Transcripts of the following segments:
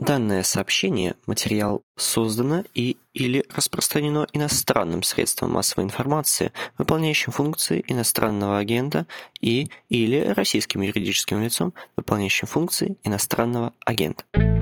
Данное сообщение, материал создано или распространено иностранным средством массовой информации, выполняющим функции иностранного агента или российским юридическим лицом, выполняющим функции иностранного агента.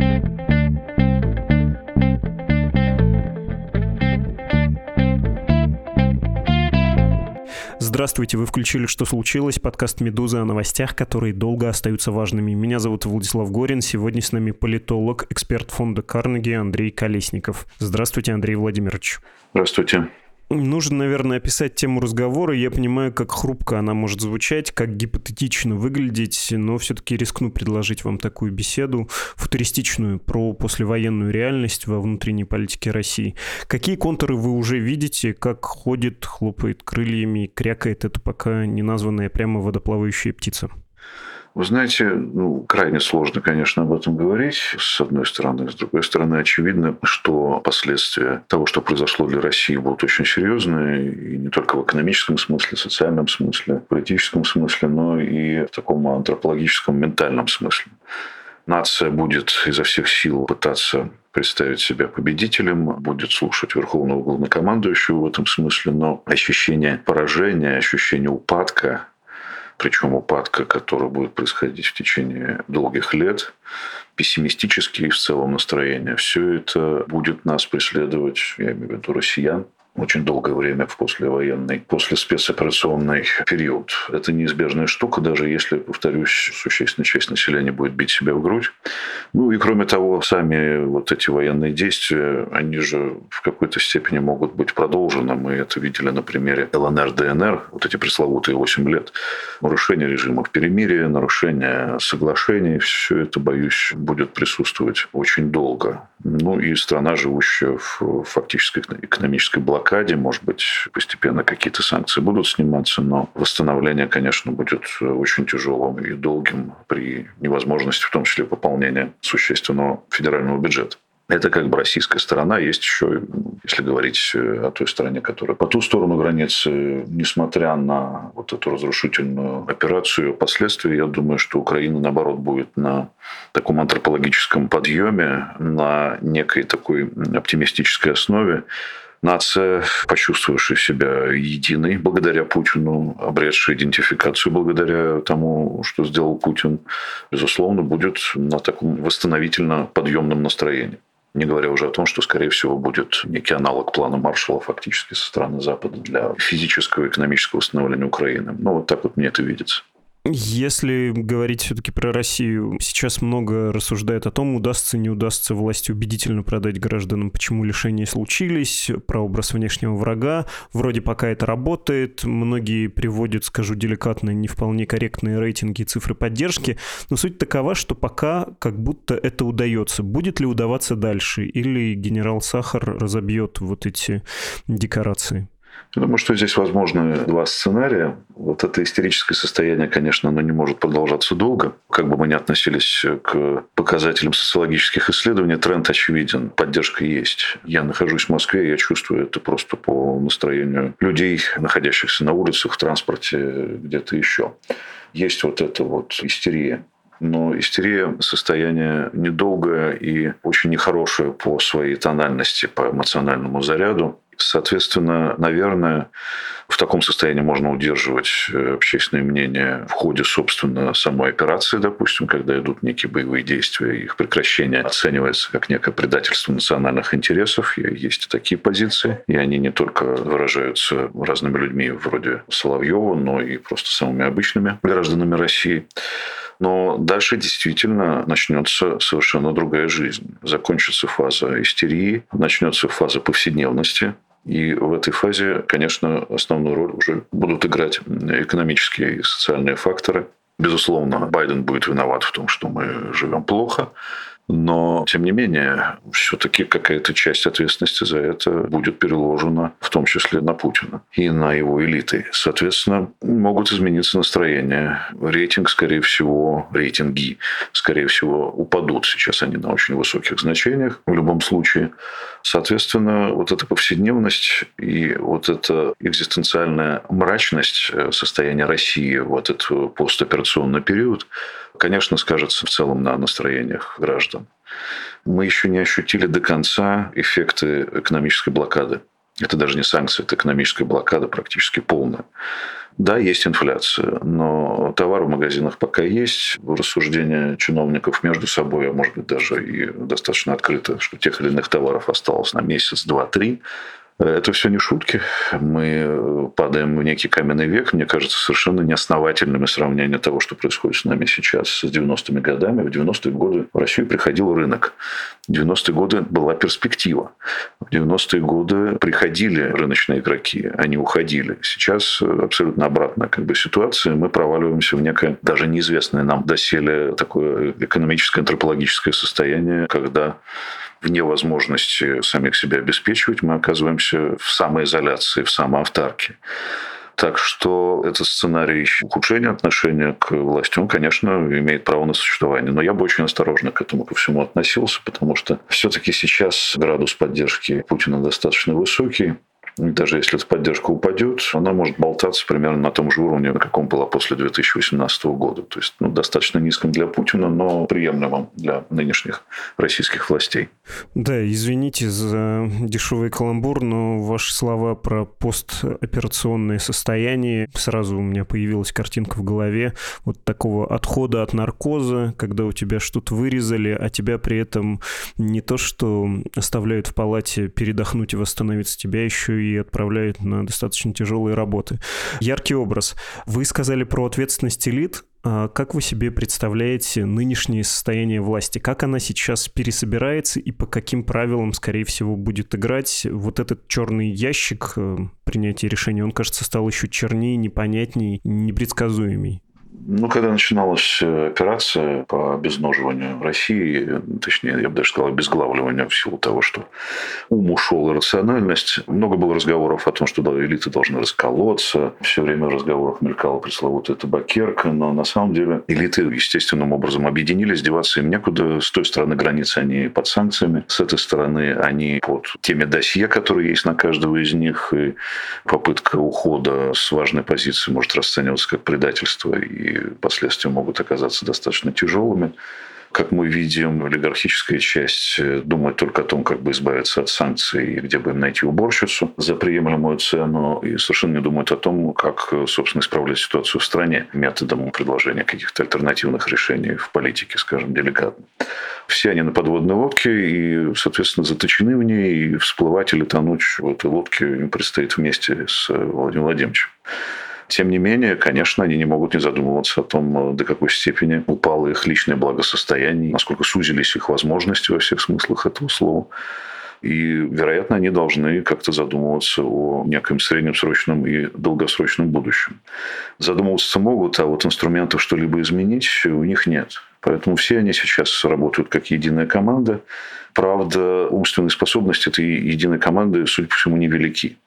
Здравствуйте, вы включили «Что случилось?» Подкаст «Медузы» о новостях, которые долго остаются важными. Меня зовут Владислав Горин, сегодня с нами политолог, эксперт фонда Карнеги Андрей Колесников. Здравствуйте, Андрей Владимирович. Здравствуйте. Нужно, наверное, описать тему разговора. Я понимаю, как хрупко она может звучать, как гипотетично выглядеть, но все-таки рискну предложить вам такую беседу, футуристичную, про послевоенную реальность во внутренней политике России. Какие контуры вы уже видите, как ходит, хлопает крыльями, крякает эта пока не названная прямо водоплавающая птица? Вы знаете, крайне сложно, конечно, об этом говорить, с одной стороны. С другой стороны, очевидно, что последствия того, что произошло для России, будут очень серьезные, и не только в экономическом смысле, социальном смысле, политическом смысле, но и в таком антропологическом, ментальном смысле. Нация будет изо всех сил пытаться представить себя победителем, будет слушать верховного главнокомандующего в этом смысле, но ощущение поражения, ощущение упадка, причем упадка, который будет происходить в течение долгих лет, пессимистические в целом настроения, все это будет нас преследовать, я имею в виду россиян, очень долгое время в послевоенный, после спецоперационный период. Это неизбежная штука, даже если, повторюсь, существенная часть населения будет бить себя в грудь. И кроме того, сами вот эти военные действия, они же в какой-то степени могут быть продолжены. Мы это видели на примере ЛНР, ДНР, вот эти пресловутые 8 лет. Нарушение режимов перемирия, нарушение соглашений, все это, боюсь, будет присутствовать очень долго. И страна, живущая в фактической экономической блокаде, может быть, постепенно какие-то санкции будут сниматься, но восстановление, конечно, будет очень тяжелым и долгим при невозможности, в том числе, пополнения существенного федерального бюджета. Это как бы российская сторона. Есть еще, если говорить о той стороне, которая по ту сторону границы, несмотря на вот эту разрушительную операцию, последствия, я думаю, что Украина, наоборот, будет на таком антропологическом подъеме, на некой такой оптимистической основе. Нация, почувствовавшая себя единой благодаря Путину, обретшая идентификацию благодаря тому, что сделал Путин, безусловно, будет на таком восстановительно-подъемном настроении. Не говоря уже о том, что, скорее всего, будет некий аналог плана Маршалла фактически со стороны Запада для физического и экономического восстановления Украины. Вот так вот мне это видится. Если говорить все-таки про Россию, сейчас много рассуждают о том, удастся, не удастся власти убедительно продать гражданам, почему лишения случились, про образ внешнего врага. Вроде пока это работает. Многие приводят, скажу деликатно, не вполне корректные рейтинги и цифры поддержки. Но суть такова, что пока как будто это удается. Будет ли удаваться дальше? Или генерал Сахар разобьет вот эти декорации? Я думаю, что здесь возможны два сценария. Вот это истерическое состояние, конечно, оно не может продолжаться долго. Как бы мы ни относились к показателям социологических исследований, тренд очевиден, поддержка есть. Я нахожусь в Москве, я чувствую это просто по настроению людей, находящихся на улицах, в транспорте, где-то еще. Есть вот эта вот истерия. Но истерия – состояние недолгое и очень нехорошее по своей тональности, по эмоциональному заряду. Соответственно, наверное, в таком состоянии можно удерживать общественное мнение в ходе, собственно, самой операции, допустим, когда идут некие боевые действия, их прекращение оценивается как некое предательство национальных интересов. И есть и такие позиции, и они не только выражаются разными людьми вроде Соловьева, но и просто самыми обычными гражданами России. Но дальше действительно начнется совершенно другая жизнь. Закончится фаза истерии, начнется фаза повседневности. И в этой фазе, конечно, основную роль уже будут играть экономические и социальные факторы. Безусловно, Байден будет виноват в том, что мы живем плохо. Но, тем не менее, все-таки какая-то часть ответственности за это будет переложена, в том числе на Путина и на его элиты. Соответственно, могут измениться настроения. Рейтинги, скорее всего, упадут. Сейчас они на очень высоких значениях в любом случае. Соответственно, вот эта повседневность и вот эта экзистенциальная мрачность состояния России в этот постоперационный период, конечно, скажется в целом на настроениях граждан. Мы еще не ощутили до конца эффекты экономической блокады. Это даже не санкции, это экономическая блокада практически полная. Да, есть инфляция, но товар в магазинах пока есть. Рассуждения чиновников между собой, а может быть даже и достаточно открыто, что тех или иных товаров осталось на месяц, два, три. Это все не шутки. Мы падаем в некий каменный век. Мне кажется, совершенно неосновательными сравнение того, что происходит с нами сейчас с 90-ми годами. В 90-е годы в Россию приходил рынок. В 90-е годы была перспектива. В 90-е годы приходили рыночные игроки, они уходили. Сейчас абсолютно обратная ситуация. Мы проваливаемся в некое даже неизвестное нам доселе такое экономическое, антропологическое состояние, когда вне возможности самих себя обеспечивать, мы оказываемся в самоизоляции, в самоавтарке. Так что этот сценарий ухудшения отношения к власти, он, конечно, имеет право на существование. Но я бы очень осторожно к этому ко всему относился, потому что все-таки сейчас градус поддержки Путина достаточно высокий. Даже если эта поддержка упадет, она может болтаться примерно на том же уровне, на каком была после 2018 года. То есть достаточно низком для Путина, но приемлемым для нынешних российских властей. Да, извините за дешевый каламбур, но ваши слова про постоперационное состояние, сразу у меня появилась картинка в голове вот такого отхода от наркоза, когда у тебя что-то вырезали, а тебя при этом не то что оставляют в палате передохнуть и восстановиться, тебя еще и отправляют на достаточно тяжелые работы. Яркий образ. Вы сказали про ответственность элит. Как вы себе представляете нынешнее состояние власти? Как она сейчас пересобирается и по каким правилам, скорее всего, будет играть? Вот этот черный ящик принятия решений, он, кажется, стал еще чернее, непонятней, непредсказуемей. Когда начиналась операция по обезноживанию России, точнее, я бы даже сказал, обезглавливанию в силу того, что ум ушел и рациональность, много было разговоров о том, что элиты должны расколоться. Все время в разговорах мелькала пресловутая табакерка, но на самом деле элиты естественным образом объединились, деваться им некуда. С той стороны границы они под санкциями, с этой стороны они под теми досье, которые есть на каждого из них, и попытка ухода с важной позиции может расцениваться как предательство, и последствия могут оказаться достаточно тяжелыми. Как мы видим, олигархическая часть думает только о том, как бы избавиться от санкций и где бы им найти уборщицу за приемлемую цену, и совершенно не думает о том, как, собственно, исправлять ситуацию в стране методом предложения каких-то альтернативных решений в политике, скажем, деликатно. Все они на подводной лодке и, соответственно, заточены в ней, и всплывать или тонуть в этой лодке им предстоит вместе с Владимиром Владимировичем. Тем не менее, конечно, они не могут не задумываться о том, до какой степени упало их личное благосостояние, насколько сузились их возможности во всех смыслах этого слова. И, вероятно, они должны как-то задумываться о неком среднесрочном и долгосрочном будущем. Задумываться могут, а вот инструментов что-либо изменить у них нет. Поэтому все они сейчас работают как единая команда. Правда, умственные способности этой единой команды, судя по всему, невелики.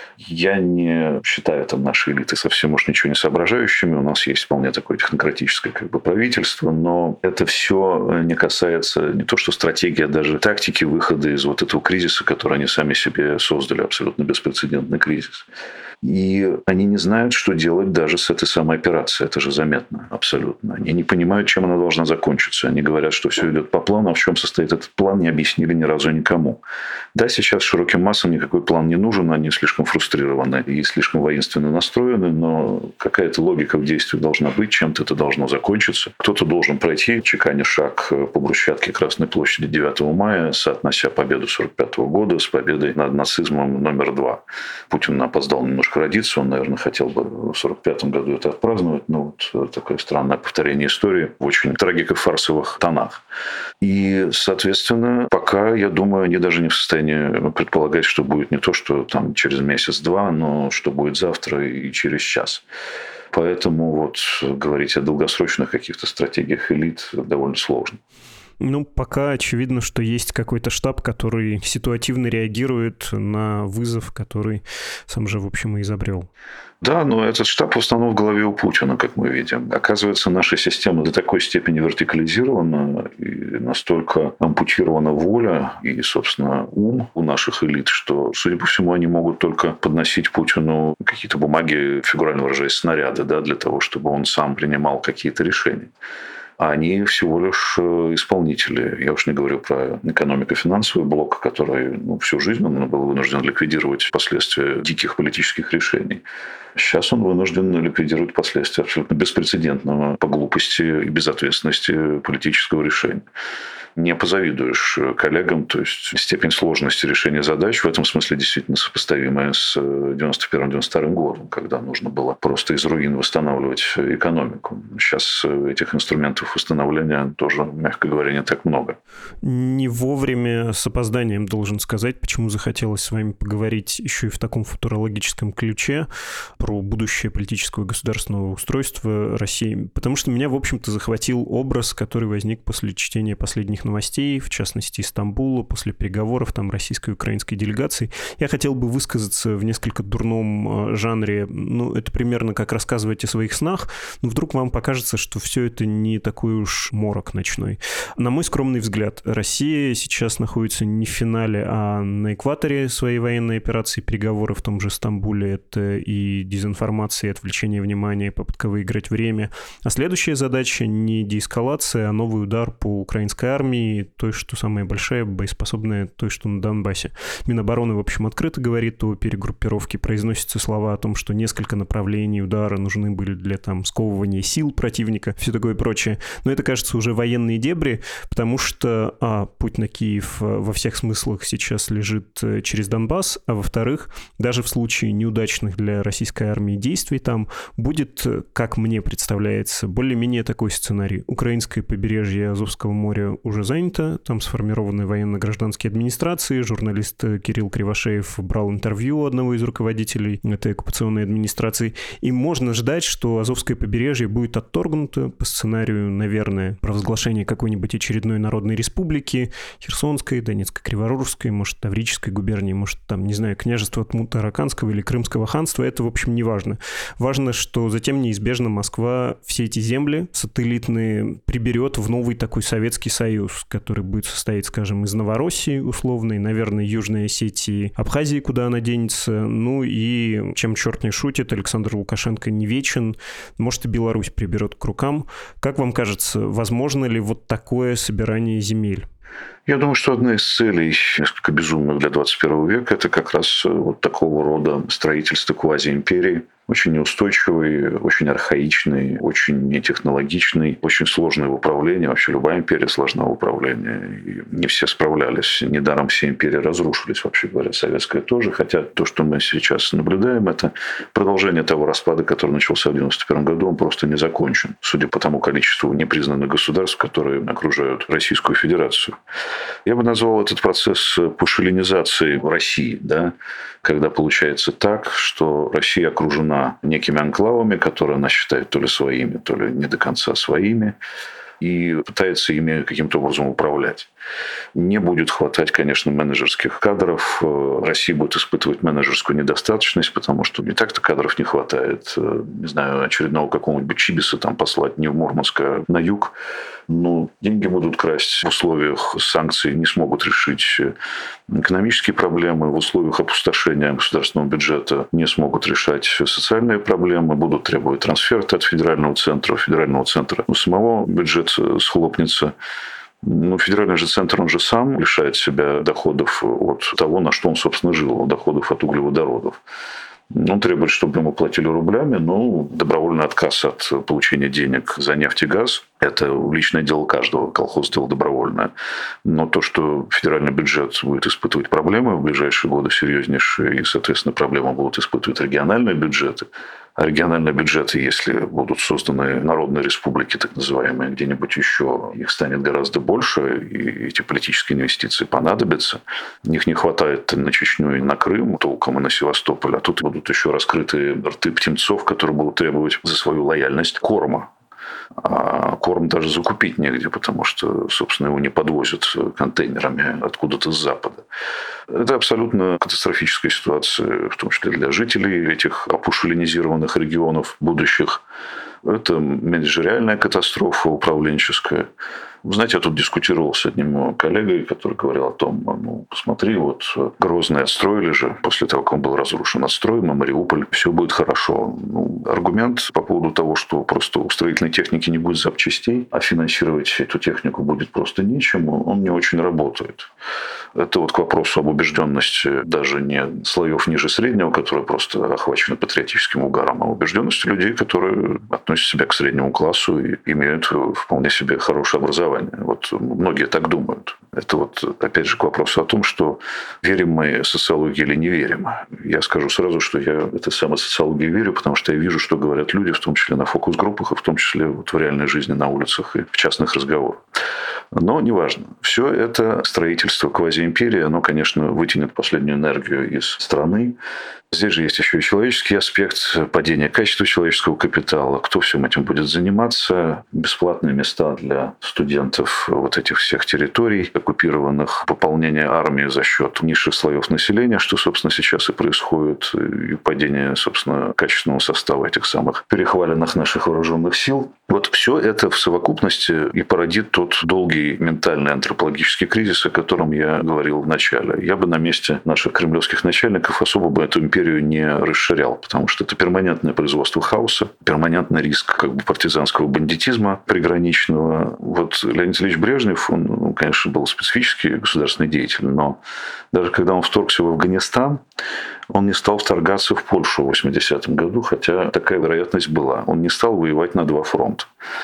Я не считаю наши элиты совсем уж ничего не соображающими. У нас есть вполне такое технократическое правительство, но это все не касается не то что стратегии, а даже тактики выхода из вот этого кризиса, который они сами себе создали, абсолютно беспрецедентный кризис. И они не знают, что делать даже с этой самой операцией. Это же заметно абсолютно. Они не понимают, чем она должна закончиться. Они говорят, что все идет по плану, а в чем состоит этот план, не объяснили ни разу никому. Да, сейчас широким массам никакой план не нужен, они слишком фрустрированы и слишком воинственно настроены, но какая-то логика в действии должна быть, чем-то это должно закончиться. Кто-то должен пройти, чеканя шаг по брусчатке Красной площади 9 мая, соотнося победу 1945 года с победой над нацизмом номер 2. Путин опоздал немножко родиться, он, наверное, хотел бы в 1945 году это отпраздновать, но вот такое странное повторение истории в очень трагико-фарсовых тонах. И, соответственно, пока, я думаю, они даже не в состоянии предполагать, что будет не то, что через месяц-два, но что будет завтра и через час. Поэтому вот говорить о долгосрочных каких-то стратегиях элит довольно сложно. Пока очевидно, что есть какой-то штаб, который ситуативно реагирует на вызов, который сам же, в общем, и изобрел. Да, но этот штаб в основном в голове у Путина, как мы видим. Оказывается, наша система до такой степени вертикализирована и настолько ампутирована воля и, собственно, ум у наших элит, что, судя по всему, они могут только подносить Путину какие-то бумаги, фигурально выражаясь, снаряды, для того, чтобы он сам принимал какие-то решения. а они всего лишь исполнители. Я уж не говорю про экономико-финансовый блок, который всю жизнь он был вынужден ликвидировать последствия диких политических решений. Сейчас он вынужден ликвидировать последствия абсолютно беспрецедентного по глупости и безответственности политического решения. Не позавидуешь коллегам, то есть степень сложности решения задач в этом смысле действительно сопоставимая с 91-92 годом, когда нужно было просто из руин восстанавливать экономику. Сейчас этих инструментов восстановления тоже, мягко говоря, не так много. Не вовремя, с опозданием должен сказать, почему захотелось с вами поговорить еще и в таком футурологическом ключе про будущее политического и государственного устройства России. Потому что меня, в общем-то, захватил образ, который возник после чтения последних новостей, в частности, из Стамбула, после переговоров там российской и украинской делегации. Я хотел бы высказаться в несколько дурном жанре. Это примерно как рассказывать о своих снах, но вдруг вам покажется, что все это не такой уж морок ночной. На мой скромный взгляд, Россия сейчас находится не в финале, а на экваторе своей военной операции. Переговоры в том же Стамбуле — это и дезинформация, и отвлечение внимания, попытка выиграть время. А следующая задача не деэскалация, а новый удар по украинской армии, той, что самая большая, боеспособная, той, что на Донбассе. Минобороны, в общем, открыто говорит о перегруппировке, произносятся слова о том, что несколько направлений удара нужны были для сковывания сил противника, все такое прочее. Но это, кажется, уже военные дебри, потому что, путь на Киев во всех смыслах сейчас лежит через Донбасс, а во-вторых, даже в случае неудачных для российской армии действий там будет, как мне представляется, более-менее такой сценарий. Украинское побережье Азовского моря уже занято, там сформированы военно-гражданские администрации, журналист Кирилл Кривошеев брал интервью у одного из руководителей этой оккупационной администрации, и можно ждать, что Азовское побережье будет отторгнуто по сценарию, наверное, провозглашения какой-нибудь очередной народной республики, Херсонской, Донецкой, Криворужской, может, Таврической губернии, может, княжества Тмутараканского или Крымского ханства, это, в общем, не важно. Важно, что затем неизбежно Москва все эти земли сателлитные приберет в новый такой Советский Союз, который будет состоять, скажем, из Новороссии условной, наверное, Южной Осетии, Абхазии, куда она денется, и, чем черт не шутит, Александр Лукашенко не вечен, может, и Беларусь приберет к рукам. Как вам кажется, возможно ли вот такое собирание земель? Я думаю, что одна из целей, несколько безумных для 21 века, это как раз вот такого рода строительство квазиимперии, очень неустойчивый, очень архаичный, очень нетехнологичный, очень сложный в управлении. Вообще любая империя сложна в управлении. И не все справлялись. Недаром все империи разрушились, вообще говоря, советская тоже. Хотя то, что мы сейчас наблюдаем, это продолжение того распада, который начался в 1991 году. Он просто не закончен, судя по тому количеству непризнанных государств, которые окружают Российскую Федерацию. Я бы назвал этот процесс пушелинизацией России, да? Когда получается так, что Россия окружена некими анклавами, которые она считает то ли своими, то ли не до конца своими, и пытается ими каким-то образом управлять. Не будет хватать, конечно, менеджерских кадров. Россия будет испытывать менеджерскую недостаточность, потому что и так-то кадров не хватает. Не знаю, очередного какого-нибудь Чибиса послать не в Мурманск, а на юг. Деньги будут красть. В условиях санкций не смогут решить экономические проблемы. В условиях опустошения государственного бюджета не смогут решать социальные проблемы. Будут требовать трансферта от федерального центра. У федерального центра самого бюджет схлопнется. Федеральный же центр, он же сам лишает себя доходов от того, на что он, собственно, жил, доходов от углеводородов. Он требует, чтобы ему платили рублями, добровольный отказ от получения денег за нефть и газ – это личное дело каждого, колхоз дело добровольное. Но то, что федеральный бюджет будет испытывать проблемы в ближайшие годы серьезнейшие, и, соответственно, проблемы будут испытывать региональные бюджеты, а региональные бюджеты, если будут созданы народные республики, так называемые, где-нибудь еще, их станет гораздо больше, и эти политические инвестиции понадобятся. Их не хватает на Чечню и на Крым, толком и на Севастополь, а тут будут еще раскрыты рты птенцов, которые будут требовать за свою лояльность корма. А корм даже закупить негде, потому что, собственно, его не подвозят контейнерами откуда-то с запада. Это абсолютно катастрофическая ситуация, в том числе для жителей этих опушелинизированных регионов будущих. Это менеджериальная катастрофа управленческая. Вы знаете, я тут дискутировал с одним коллегой, который говорил о том, посмотри, вот Грозный отстроили же, после того, как он был разрушен, отстроим, а Мариуполь, все будет хорошо. Аргумент по поводу того, что просто у строительной техники не будет запчастей, а финансировать эту технику будет просто нечем, он не очень работает. Это вот к вопросу об убежденности даже не слоев ниже среднего, которые просто охвачены патриотическим угаром, а убежденности людей, которые относят себя к среднему классу и имеют вполне себе хорошее образование. Вот многие так думают. Это вот опять же к вопросу о том, что верим мы социологии или не верим. Я скажу сразу, что я этой самой социологии верю, потому что я вижу, что говорят люди, в том числе на фокус-группах, и в том числе вот в реальной жизни на улицах и в частных разговорах. Но неважно. Все это строительство квазиимперии, оно, конечно, вытянет последнюю энергию из страны. Здесь же есть еще и человеческий аспект, падение качества человеческого капитала. Кто всем этим будет заниматься? Бесплатные места для студентов вот этих всех территорий оккупированных, пополнение армии за счет низших слоев населения, что, собственно, сейчас и происходит, и падение, собственно, качественного состава этих самых перехваленных наших вооруженных сил. Вот все это в совокупности и породит тот долгий ментальный антропологический кризис, о котором я говорил в начале. Я бы на месте наших кремлевских начальников особо бы эту империю не расширял, потому что это перманентное производство хаоса, перманентный риск партизанского бандитизма приграничного. Вот Леонид Ильич Брежнев, он, конечно, был специфический государственный деятель, но даже когда он вторгся в Афганистан, он не стал вторгаться в Польшу в 80-м году, хотя такая вероятность была. Он не стал воевать на два фронта.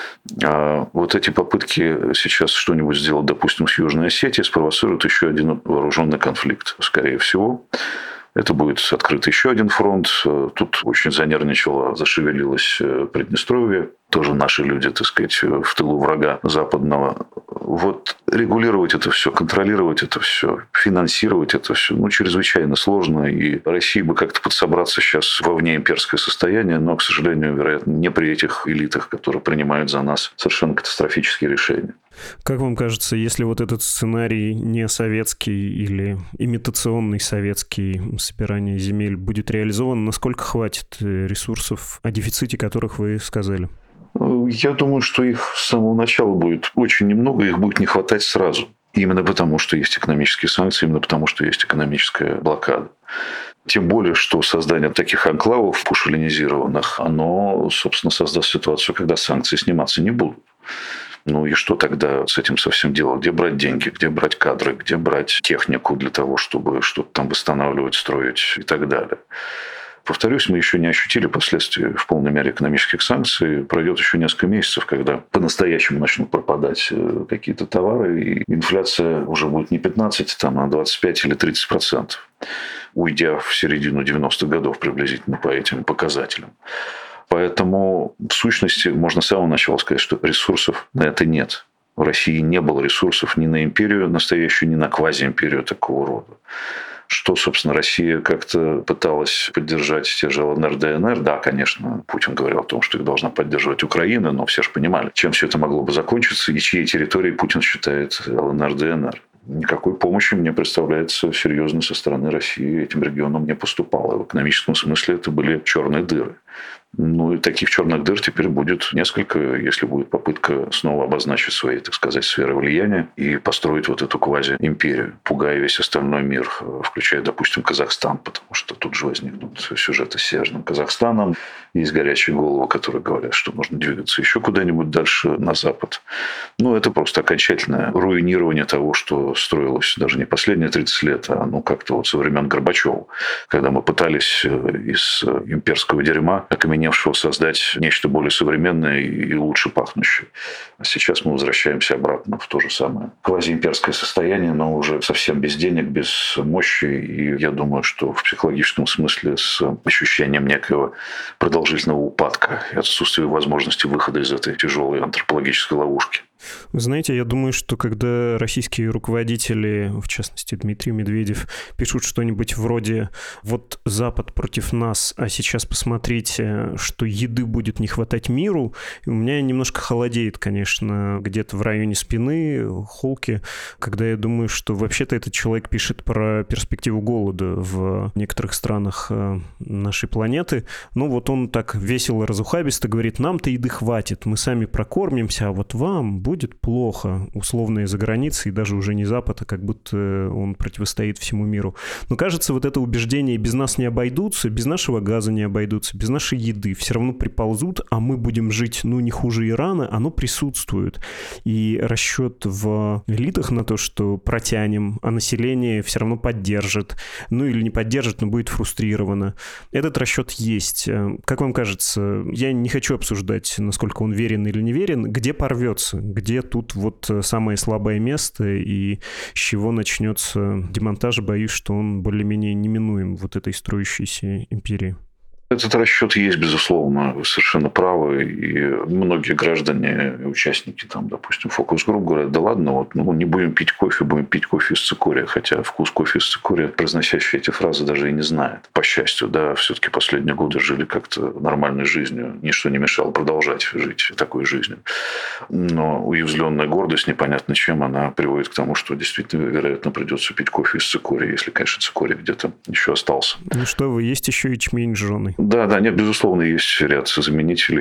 А вот эти попытки сейчас что-нибудь сделать, допустим, с Южной Осетией, спровоцируют еще один вооруженный конфликт, скорее всего. Это будет открыт еще один фронт. Тут очень занервничало, зашевелилось Приднестровье. Тоже наши люди, так сказать, в тылу врага западного. Вот регулировать это все, контролировать это все, финансировать это все, чрезвычайно сложно. И России бы как-то подсобраться сейчас во внеимперское состояние, но, к сожалению, вероятно, не при этих элитах, которые принимают за нас совершенно катастрофические решения. Как вам кажется, если вот этот сценарий не советский или имитационный советский собирание земель будет реализован, насколько хватит ресурсов, о дефиците которых вы сказали? Я думаю, что их с самого начала будет очень немного, их будет не хватать сразу. Именно потому, что есть экономические санкции, именно потому, что есть экономическая блокада. Тем более, что создание таких анклавов пушелинизированных, оно, собственно, создаст ситуацию, когда санкции сниматься не будут. И что тогда с этим совсем делать? Где брать деньги, где брать кадры, где брать технику для того, чтобы что-то там восстанавливать, строить и так далее? Повторюсь, мы еще не ощутили последствий в полной мере экономических санкций. Пройдет еще несколько месяцев, когда по-настоящему начнут пропадать какие-то товары, и инфляция уже будет не 15, а 25 или 30%, уйдя в середину 90-х годов приблизительно по этим показателям. Поэтому, в сущности, можно с самого начала сказать, что ресурсов на это нет. В России не было ресурсов ни на империю настоящую, ни на квазиимперию такого рода. Что, собственно, Россия как-то пыталась поддержать те же ЛНР, ДНР. Да, конечно, Путин говорил о том, что их должна поддерживать Украина, но все же понимали, чем все это могло бы закончиться и чьей территорией Путин считает ЛНР, ДНР. Никакой помощи, мне представляется, серьезно со стороны России этим регионам не поступало. В экономическом смысле это были черные дыры. И таких черных дыр теперь будет несколько, если будет попытка снова обозначить свои, так сказать, сферы влияния и построить вот эту квази-империю, пугая весь остальной мир, включая, допустим, Казахстан, потому что тут же возникнут сюжеты с Северным Казахстаном. Есть горячие головы, которые говорят, что можно двигаться еще куда-нибудь дальше на запад. Это просто окончательное руинирование того, что строилось даже не последние 30 лет, а как-то вот со времен Горбачева, когда мы пытались из имперского дерьма окаменевшего создать нечто более современное и лучше пахнущее. А сейчас мы возвращаемся обратно в то же самое квазиимперское состояние, но уже совсем без денег, без мощи. И я думаю, что в психологическом смысле с ощущением некого продолжительного упадка и отсутствия возможности выхода из этой тяжелой антропологической ловушки. Вы знаете, я думаю, что когда российские руководители, в частности Дмитрий Медведев, пишут что-нибудь вроде «Вот Запад против нас, а сейчас посмотрите, что еды будет не хватать миру», у меня немножко холодеет, конечно, где-то в районе спины, холки, когда я думаю, что вообще-то этот человек пишет про перспективу голода в некоторых странах нашей планеты. Вот он так весело, разухабисто говорит: нам-то еды хватит, мы сами прокормимся, а вот вам будет будет плохо, условно из-за границы, и даже уже не Запад, а как будто он противостоит всему миру. Но кажется, вот это убеждение без нас не обойдутся, без нашего газа не обойдутся, без нашей еды все равно приползут, а мы будем жить, не хуже Ирана, оно присутствует. И расчет в элитах на то, что протянем, а население все равно поддержит. Или не поддержит, но будет фрустрировано. Этот расчет есть. Как вам кажется, я не хочу обсуждать, насколько он верен или не верен, где порвется, где тут вот самое слабое место и с чего начнется демонтаж, боюсь, что он более-менее неминуем вот этой строящейся империи. Этот расчет есть, безусловно, вы совершенно правы. И многие граждане, участники, допустим, фокус-групп говорят, да ладно, не будем пить кофе, будем пить кофе из цикория. Хотя вкус кофе из цикория, произносящий эти фразы, даже и не знает. По счастью, все-таки последние годы жили как-то нормальной жизнью. Ничто не мешало продолжать жить такой жизнью. Но уязвленная гордость, непонятно чем, она приводит к тому, что действительно, вероятно, придется пить кофе из цикория, если, конечно, цикорий где-то еще остался. Что вы, есть еще ячмень жженый? Да, нет, безусловно, есть ряд заменителей.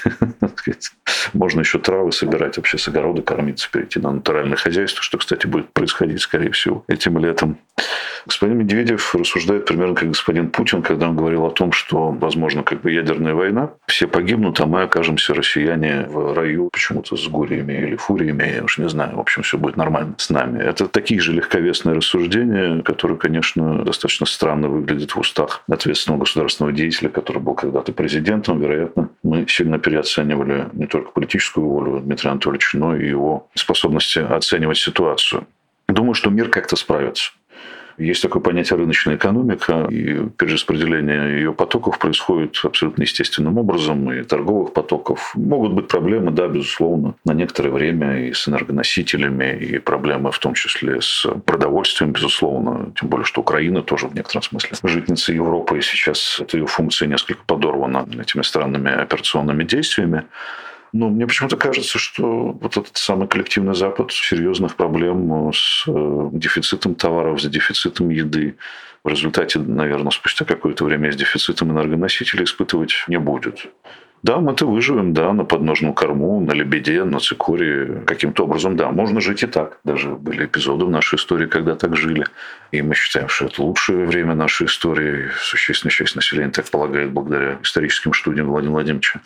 Можно еще травы собирать, вообще с огорода кормиться, перейти на натуральное хозяйство, что, кстати, будет происходить, скорее всего, этим летом. Господин Медведев рассуждает примерно как господин Путин, когда он говорил о том, что, возможно, ядерная война, все погибнут, а мы окажемся, россияне, в раю почему-то с гуриями или фуриями, я уж не знаю, в общем, все будет нормально с нами. Это такие же легковесные рассуждения, которые, конечно, достаточно странно выглядят в устах ответственного государственного деятеля, который был когда-то президентом. Вероятно, мы сильно переоценивали не только политическую волю Дмитрия Анатольевича, но и его способности оценивать ситуацию. Думаю, что мир как-то справится. Есть такое понятие рыночная экономика, и перераспределение ее потоков происходит абсолютно естественным образом, и торговых потоков. Могут быть проблемы, да, безусловно, на некоторое время и с энергоносителями, и проблемы в том числе с продовольствием, безусловно, тем более, что Украина тоже в некотором смысле житница Европы, и сейчас эта ее функция несколько подорвана этими странными операционными действиями. Но мне почему-то кажется, что вот этот самый коллективный Запад серьезных проблем с дефицитом товаров, с дефицитом еды, в результате, наверное, спустя какое-то время с дефицитом энергоносителей испытывать не будет. Да, мы-то выживем, да, на подножном корму, на лебеде, на цикории. Каким-то образом, да, можно жить и так. Даже были эпизоды в нашей истории, когда так жили. И мы считаем, что это лучшее время нашей истории. Существенная часть населения так полагает благодаря историческим студиям Владимира Владимировича.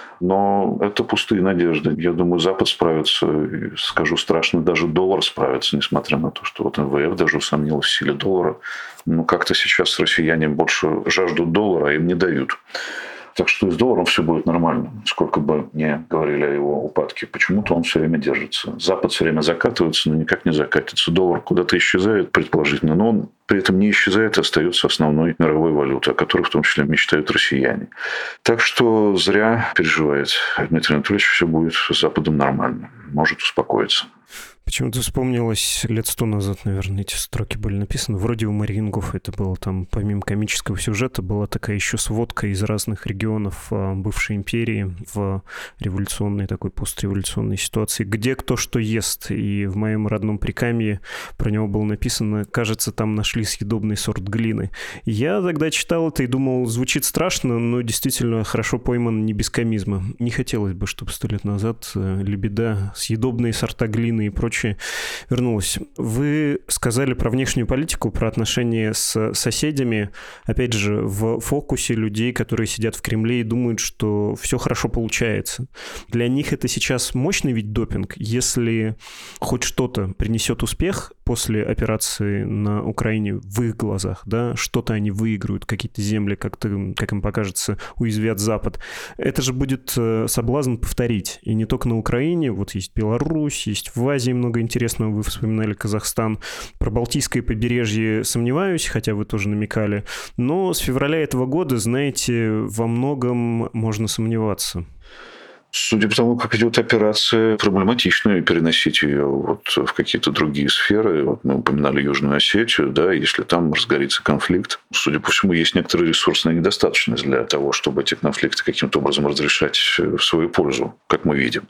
Но это пустые надежды. Я думаю, Запад справится. И, скажу страшно, даже доллар справится, несмотря на то, что МВФ даже усомнилась в силе доллара. Но как-то сейчас россияне больше жаждут доллара, а им не дают. Так что и с долларом все будет нормально. Сколько бы ни говорили о его упадке, почему-то он все время держится. Запад все время закатывается, но никак не закатится. Доллар куда-то исчезает, предположительно, но он при этом не исчезает и остается основной мировой валютой, о которой в том числе мечтают россияне. Так что зря переживает Дмитрий Анатольевич, все будет с Западом нормально. Может успокоиться. Почему-то вспомнилось, лет 100 назад, наверное, эти строки были написаны. Вроде у Марингов это было там, помимо комического сюжета, была такая еще сводка из разных регионов бывшей империи в революционной, такой постреволюционной ситуации, где кто что ест. И в моем родном Прикамье про него было написано, кажется, там нашли съедобный сорт глины. Я тогда читал это и думал, звучит страшно, но действительно хорошо пойман не без комизма. Не хотелось бы, чтобы 100 лет назад лебеда, съедобные сорта глины и прочее вернулась. Вы сказали про внешнюю политику, про отношения с соседями. Опять же, в фокусе людей, которые сидят в Кремле и думают, что все хорошо получается. Для них это сейчас мощный вид допинг. Если хоть что-то принесет успех после операции на Украине в их глазах, да, что-то они выиграют, какие-то земли, как-то, как им покажется, уязвят Запад. Это же будет соблазн повторить. И не только на Украине. Вот есть Беларусь, есть в Азии много интересного. Вы вспоминали Казахстан. Про Балтийское побережье сомневаюсь, хотя вы тоже намекали. Но с февраля этого года, знаете, во многом можно сомневаться. Судя по тому, как идет операция, проблематично переносить ее вот в какие-то другие сферы. Вот мы упоминали Южную Осетию, да, если там разгорится конфликт. Судя по всему, есть некоторая ресурсная недостаточность для того, чтобы эти конфликты каким-то образом разрешать в свою пользу, как мы видим.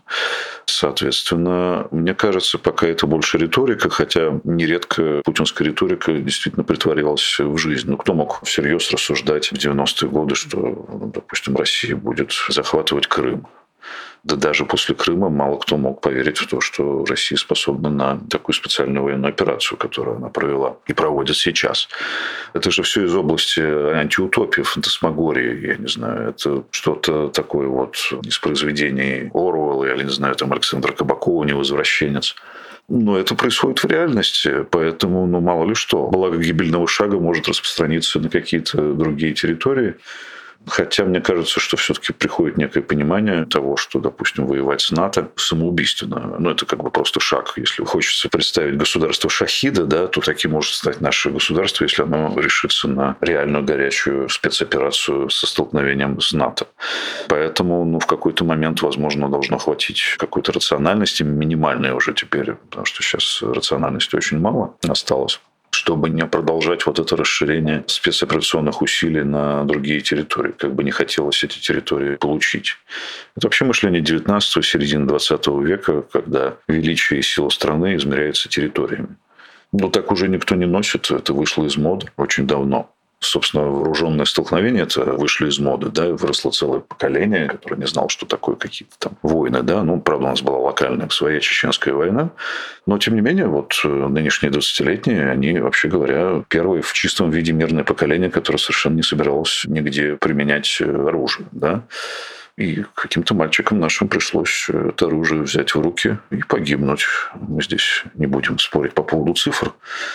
Соответственно, мне кажется, пока это больше риторика, хотя нередко путинская риторика действительно притворялась в жизнь. Ну, кто мог всерьез рассуждать в 90-е годы, что, допустим, Россия будет захватывать Крым? Да даже после Крыма мало кто мог поверить в то, что Россия способна на такую специальную военную операцию, которую она провела и проводит сейчас. Это же все из области антиутопии, фантасмагории, я не знаю. Это что-то такое вот из произведений Оруэлла, я не знаю, там Александра Кабакова «Невозвращенец». Но это происходит в реальности, поэтому, мало ли что. Благо гибельного шага может распространиться на какие-то другие территории. Хотя мне кажется, что все-таки приходит некое понимание того, что, допустим, воевать с НАТО самоубийственно. Это как бы просто шаг. Если хочется представить государство шахида, да, то таким может стать наше государство, если оно решится на реальную горячую спецоперацию со столкновением с НАТО. Поэтому в какой-то момент, возможно, должно хватить какой-то рациональности, минимальной уже теперь, потому что сейчас рациональности очень мало осталось, чтобы не продолжать вот это расширение спецоперационных усилий на другие территории, как бы не хотелось эти территории получить. Это вообще мышление 19-го, середины 20 века, когда величие и сила страны измеряется территориями. Так уже никто не носит, это вышло из моды очень давно. Собственно, вооруженные столкновения это вышли из моды, да, выросло целое поколение, которое не знало, что такое какие-то там войны, да, правда, у нас была локальная своя чеченская война, но, тем не менее, вот нынешние 20-летние, они, вообще говоря, первые в чистом виде мирное поколение, которое совершенно не собиралось нигде применять оружие, да. И каким-то мальчикам нашим пришлось это оружие взять в руки и погибнуть. Мы здесь не будем спорить по поводу цифр.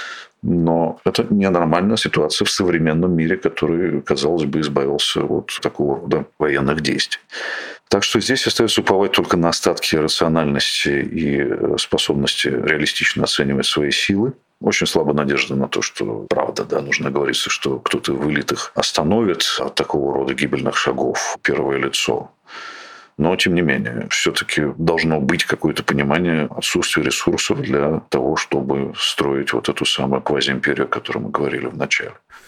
Но это ненормальная ситуация в современном мире, который, казалось бы, избавился от такого рода военных действий. Так что здесь остается уповать только на остатки рациональности и способности реалистично оценивать свои силы. Очень слабая надежда на то, что правда, да, нужно говориться, что кто-то в элитах остановит от такого рода гибельных шагов первое лицо. Но, тем не менее, все-таки должно быть какое-то понимание отсутствия ресурсов для того, чтобы строить вот эту самую квазиимперию, о которой мы говорили в начале.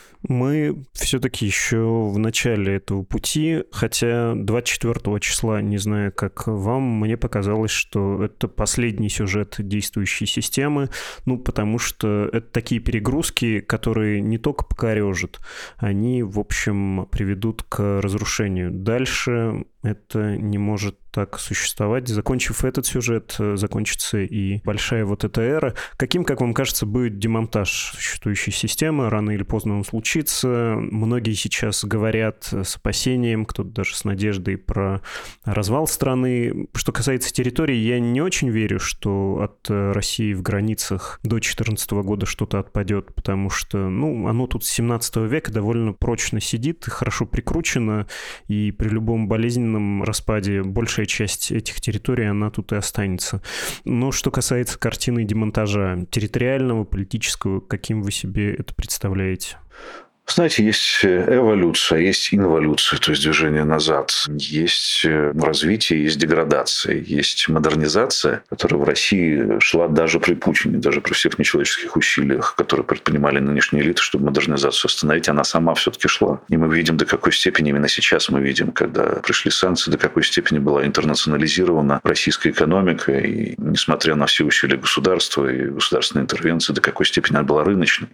Мы все-таки еще в начале этого пути, хотя 24 числа, не знаю, как вам, мне показалось, что это последний сюжет действующей системы, потому что это такие перегрузки, которые не только покорежат, они, в общем, приведут к разрушению. Дальше это не может так существовать. Закончив этот сюжет, закончится и большая вот эта эра. Каким, как вам кажется, будет демонтаж существующей системы? Рано или поздно он случится. Многие сейчас говорят с опасением, кто-то даже с надеждой про развал страны. Что касается территории, я не очень верю, что от России в границах до 2014 года что-то отпадет, потому что, оно тут с 17 века довольно прочно сидит, хорошо прикручено, и при любом болезненном распаде большая часть этих территорий, она тут и останется. Но что касается картины демонтажа территориального, политического, каким вы себе это представляете? Знаете, есть эволюция, есть инволюция, то есть движение назад. Есть развитие, есть деградация, есть модернизация, которая в России шла даже при Путине, даже при всех нечеловеческих усилиях, которые предпринимали нынешние элиты, чтобы модернизацию остановить, она сама все-таки шла. И мы видим, до какой степени, именно сейчас мы видим, когда пришли санкции, до какой степени была интернационализирована российская экономика, и несмотря на все усилия государства и государственной интервенции, до какой степени она была рыночной.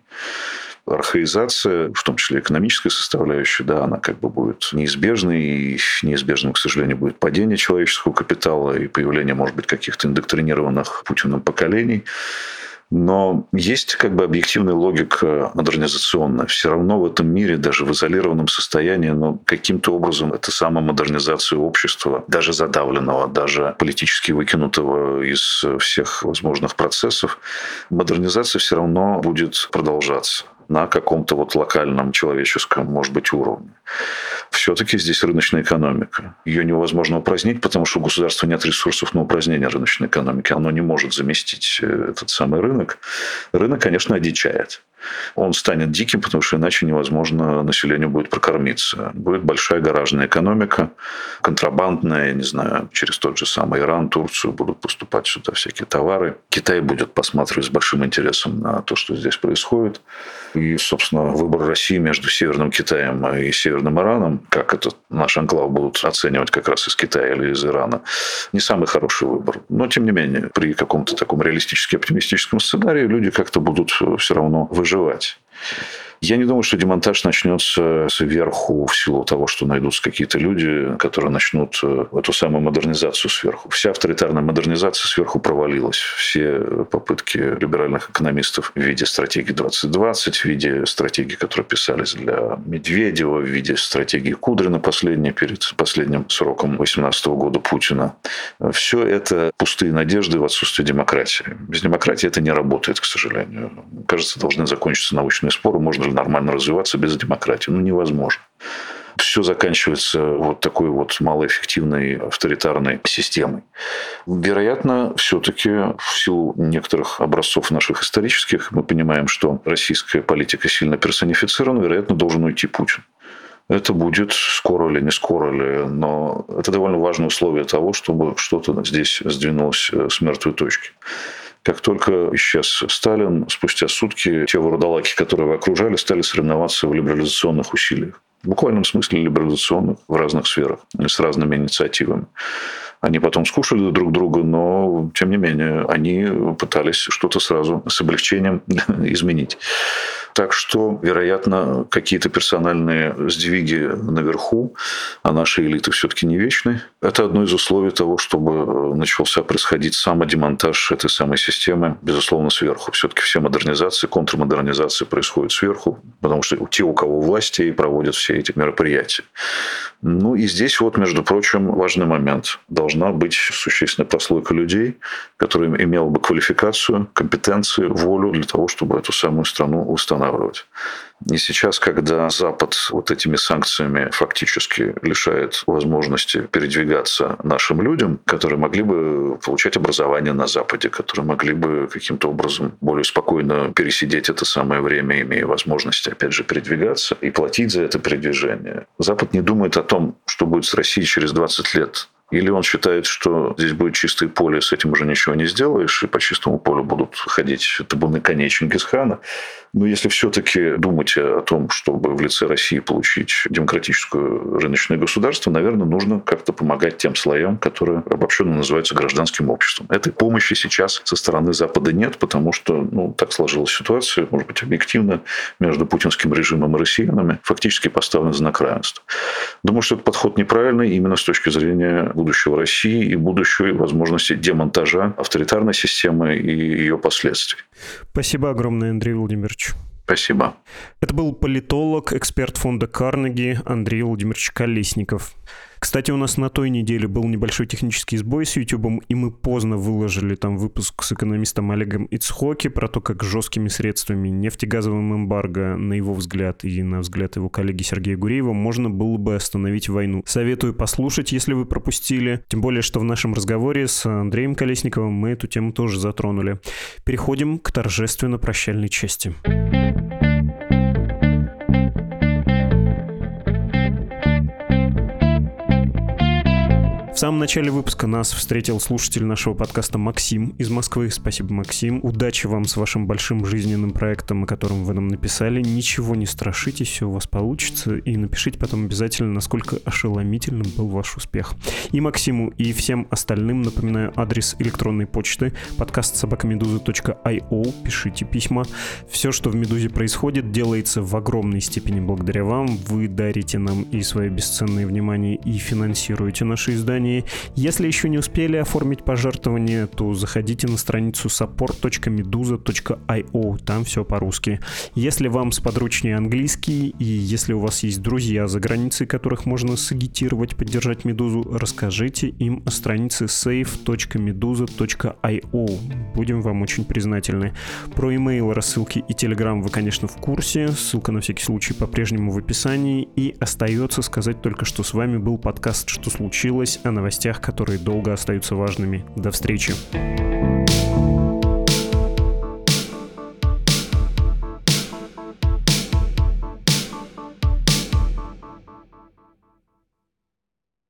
Архаизация, в том числе экономическая составляющая, да, она как бы будет неизбежной, и неизбежным, к сожалению, будет падение человеческого капитала и появление, может быть, каких-то индоктринированных Путиным поколений. Но есть как бы объективная логика модернизационная. Все равно в этом мире, даже в изолированном состоянии, но каким-то образом это самая модернизация общества, даже задавленного, даже политически выкинутого из всех возможных процессов, модернизация все равно будет продолжаться на каком-то вот локальном человеческом, может быть, уровне. Все-таки здесь рыночная экономика. Ее невозможно упразднить, потому что у государства нет ресурсов на упразднение рыночной экономики. Оно не может заместить этот самый рынок. Рынок, конечно, одичает. Он станет диким, потому что иначе невозможно населению будет прокормиться. Будет большая гаражная экономика, контрабандная, я не знаю, через тот же самый Иран, Турцию будут поступать сюда всякие товары. Китай будет посматривать с большим интересом на то, что здесь происходит. И, собственно, выбор России между Северным Китаем и Северным Ираном, как этот наш анклав будут оценивать как раз из Китая или из Ирана, не самый хороший выбор. Но, тем не менее, при каком-то таком реалистически оптимистическом сценарии люди как-то будут все равно выживать. Я не думаю, что демонтаж начнется сверху в силу того, что найдутся какие-то люди, которые начнут эту самую модернизацию сверху. Вся авторитарная модернизация сверху провалилась. Все попытки либеральных экономистов в виде стратегии 2020, в виде стратегий, которые писались для Медведева, в виде стратегии Кудрина последней, перед последним сроком 2018 года Путина. Все это пустые надежды в отсутствие демократии. Без демократии это не работает, к сожалению. Кажется, должны закончиться научные споры, можно ли нормально развиваться без демократии. Невозможно. Все заканчивается вот такой вот малоэффективной авторитарной системой. Вероятно, все-таки в силу некоторых образцов наших исторических мы понимаем, что российская политика сильно персонифицирована, вероятно, должен уйти Путин. Это будет скоро ли, не скоро ли, но это довольно важное условие того, чтобы что-то здесь сдвинулось с мертвой точки. Как только исчез Сталин, спустя сутки те вурдалаки, которые его окружали, стали соревноваться в либерализационных усилиях. В буквальном смысле либерализационных в разных сферах, с разными инициативами. Они потом скушали друг друга, но, тем не менее, они пытались что-то сразу с облегчением изменить. Так что, вероятно, какие-то персональные сдвиги наверху, а наши элиты все-таки не вечны. Это одно из условий того, чтобы начался происходить самодемонтаж этой самой системы, безусловно, сверху. Все-таки все модернизации, контрмодернизации происходят сверху, потому что те, у кого власти, проводят все эти мероприятия. И здесь вот, между прочим, важный момент. Должна быть существенная прослойка людей, которая имела бы квалификацию, компетенции, волю для того, чтобы эту самую страну восстанавливать. И сейчас, когда Запад вот этими санкциями фактически лишает возможности передвигаться нашим людям, которые могли бы получать образование на Западе, которые могли бы каким-то образом более спокойно пересидеть это самое время, имея возможность, опять же, передвигаться и платить за это передвижение. Запад не думает о том, что будет с Россией через 20 лет. Или он считает, что здесь будет чистое поле, с этим уже ничего не сделаешь, и по чистому полю будут ходить табуны коней Чингисхана. Но если все-таки думать о том, чтобы в лице России получить демократическое рыночное государство, наверное, нужно как-то помогать тем слоям, которые обобщенно называются гражданским обществом. Этой помощи сейчас со стороны Запада нет, потому что так сложилась ситуация, может быть, объективно, между путинским режимом и россиянами фактически поставлен знак равенства. Думаю, что этот подход неправильный именно с точки зрения будущего России и будущей возможности демонтажа авторитарной системы и ее последствий. Спасибо огромное, Андрей Владимирович. Спасибо. Это был политолог, эксперт фонда Карнеги Андрей Владимирович Колесников. Кстати, у нас на той неделе был небольшой технический сбой с YouTube, и мы поздно выложили там выпуск с экономистом Олегом Ицхоки про то, как жесткими средствами нефтегазовым эмбарго, на его взгляд и на взгляд его коллеги Сергея Гуреева, можно было бы остановить войну. Советую послушать, если вы пропустили. Тем более, что в нашем разговоре с Андреем Колесниковым мы эту тему тоже затронули. Переходим к торжественно-прощальной части. В самом начале выпуска нас встретил слушатель нашего подкаста Максим из Москвы. Спасибо, Максим. Удачи вам с вашим большим жизненным проектом, о котором вы нам написали. Ничего не страшитесь, все у вас получится. И напишите потом обязательно, насколько ошеломительным был ваш успех. И Максиму, и всем остальным напоминаю адрес электронной почты podcast@meduza.io. Пишите письма. Все, что в «Медузе» происходит, делается в огромной степени благодаря вам. Вы дарите нам и свое бесценное внимание, и финансируете наши издания. Если еще не успели оформить пожертвование, то заходите на страницу support.meduza.io, там все по-русски. Если вам сподручнее английский, и если у вас есть друзья за границей, которых можно сагитировать, поддержать Медузу, расскажите им о странице save.meduza.io. Будем вам очень признательны. Про имейл, рассылки и телеграм вы, конечно, в курсе. Ссылка на всякий случай по-прежнему в описании. И остается сказать только, что с вами был подкаст «Что случилось?» о новостях, которые долго остаются важными. До встречи.